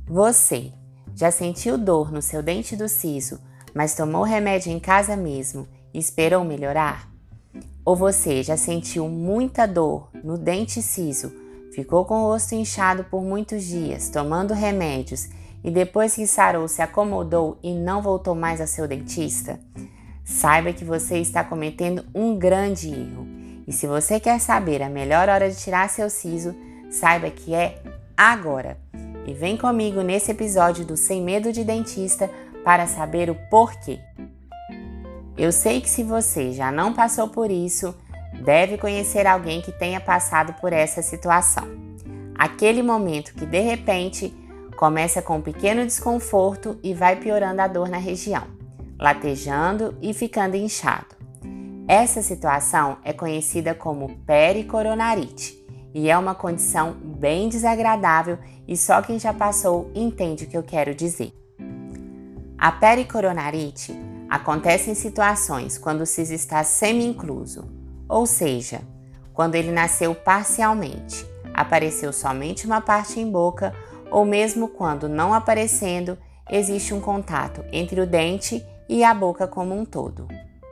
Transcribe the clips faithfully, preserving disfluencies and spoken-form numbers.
Você já sentiu dor no seu dente do siso, mas tomou remédio em casa mesmo e esperou melhorar? Ou você já sentiu muita dor no dente siso, ficou com o rosto inchado por muitos dias, tomando remédios e depois que sarou se acomodou e não voltou mais ao seu dentista? Saiba que você está cometendo um grande erro. E se você quer saber a melhor hora de tirar seu siso, saiba que é agora. E vem comigo nesse episódio do Sem Medo de Dentista para saber o porquê. Eu sei que se você já não passou por isso, deve conhecer alguém que tenha passado por essa situação. Aquele momento que de repente começa com um pequeno desconforto e vai piorando a dor na região, latejando e ficando inchado. Essa situação é conhecida como pericoronarite e é uma condição bem desagradável e só quem já passou entende o que eu quero dizer. A pericoronarite acontece em situações quando o siso está semi-incluso, ou seja, quando ele nasceu parcialmente, apareceu somente uma parte em boca, ou mesmo quando não aparecendo, existe um contato entre o dente e a boca como um todo.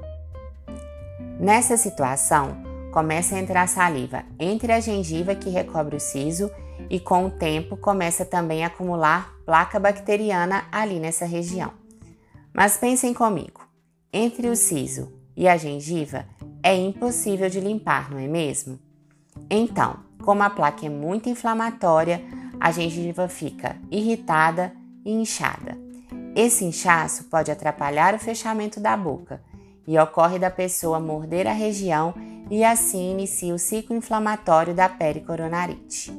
Nessa situação, começa a entrar saliva entre a gengiva que recobre o siso e com o tempo começa também a acumular placa bacteriana ali nessa região. Mas pensem comigo, entre o siso e a gengiva é impossível de limpar, não é mesmo? Então, como a placa é muito inflamatória, a gengiva fica irritada e inchada. Esse inchaço pode atrapalhar o fechamento da boca e ocorre da pessoa morder a região e assim inicia o ciclo inflamatório da pericoronarite.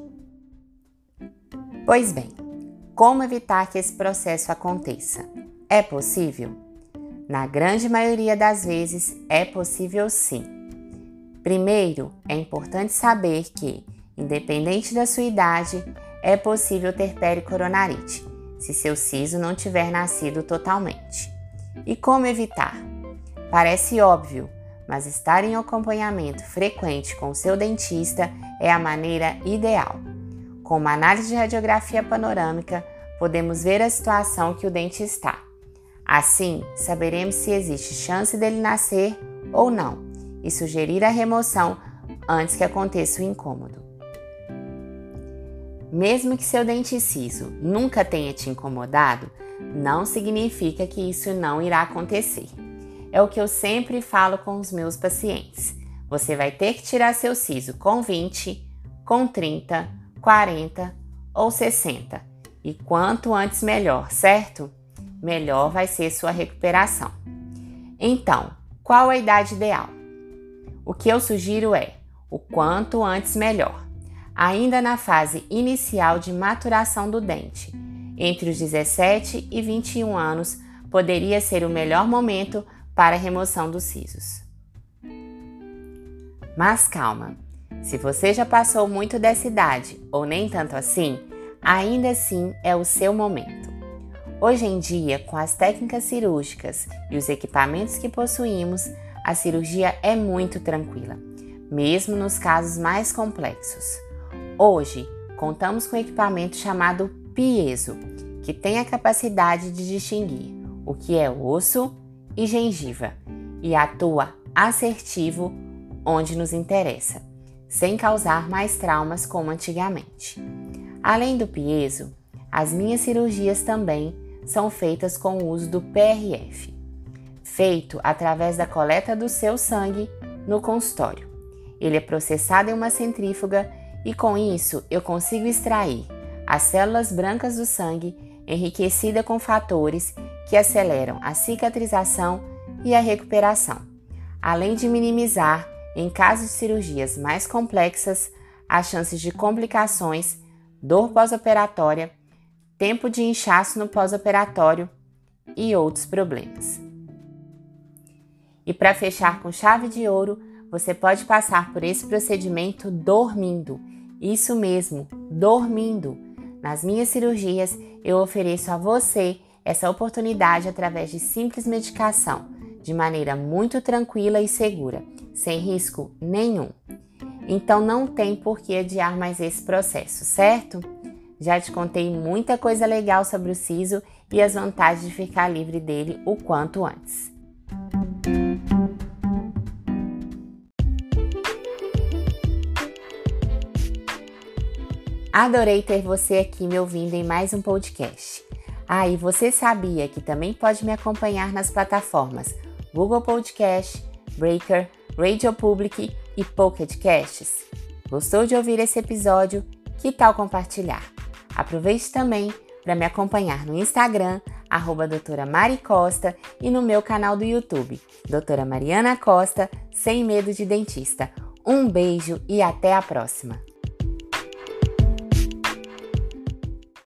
Pois bem, como evitar que esse processo aconteça? É possível? Na grande maioria das vezes, é possível sim. Primeiro, é importante saber que, independente da sua idade, é possível ter pericoronarite, se seu siso não tiver nascido totalmente. E como evitar? Parece óbvio, mas estar em acompanhamento frequente com o seu dentista é a maneira ideal. Com uma análise de radiografia panorâmica, podemos ver a situação que o dente está. Assim, saberemos se existe chance dele nascer ou não e sugerir a remoção antes que aconteça o incômodo. Mesmo que seu dente ciso nunca tenha te incomodado, não significa que isso não irá acontecer. É o que eu sempre falo com os meus pacientes. Você vai ter que tirar seu siso com vinte, com trinta, quarenta ou sessenta. E quanto antes melhor, certo? Melhor vai ser sua recuperação. Então, qual a idade ideal? O que eu sugiro é o quanto antes melhor. Ainda na fase inicial de maturação do dente, entre os dezessete e vinte e um anos, poderia ser o melhor momento para a remoção dos sisos. Mas calma, se você já passou muito dessa idade ou nem tanto assim, ainda assim é o seu momento. Hoje em dia, com as técnicas cirúrgicas e os equipamentos que possuímos, a cirurgia é muito tranquila, mesmo nos casos mais complexos. Hoje, contamos com um equipamento chamado piezo, que tem a capacidade de distinguir o que é osso e gengiva e atua assertivo onde nos interessa, sem causar mais traumas como antigamente. Além do piezo, as minhas cirurgias também são feitas com o uso do P R F, feito através da coleta do seu sangue no consultório. Ele é processado em uma centrífuga e com isso eu consigo extrair as células brancas do sangue enriquecida com fatores que aceleram a cicatrização e a recuperação, além de minimizar, em casos de cirurgias mais complexas, as chances de complicações, dor pós-operatória, tempo de inchaço no pós-operatório e outros problemas. E para fechar com chave de ouro, você pode passar por esse procedimento dormindo. Isso mesmo, dormindo. Nas minhas cirurgias, eu ofereço a você essa oportunidade através de simples medicação, de maneira muito tranquila e segura, sem risco nenhum. Então não tem por que adiar mais esse processo, certo? Já te contei muita coisa legal sobre o siso e as vantagens de ficar livre dele o quanto antes. Adorei ter você aqui me ouvindo em mais um podcast. Ah, e você sabia que também pode me acompanhar nas plataformas Google Podcast, Breaker, Radio Public e Pocket Casts? Gostou de ouvir esse episódio? Que tal compartilhar? Aproveite também para me acompanhar no Instagram, arroba doutora Mari Costa, e no meu canal do YouTube, doutora Mariana Costa, Sem Medo de Dentista. Um beijo e até a próxima!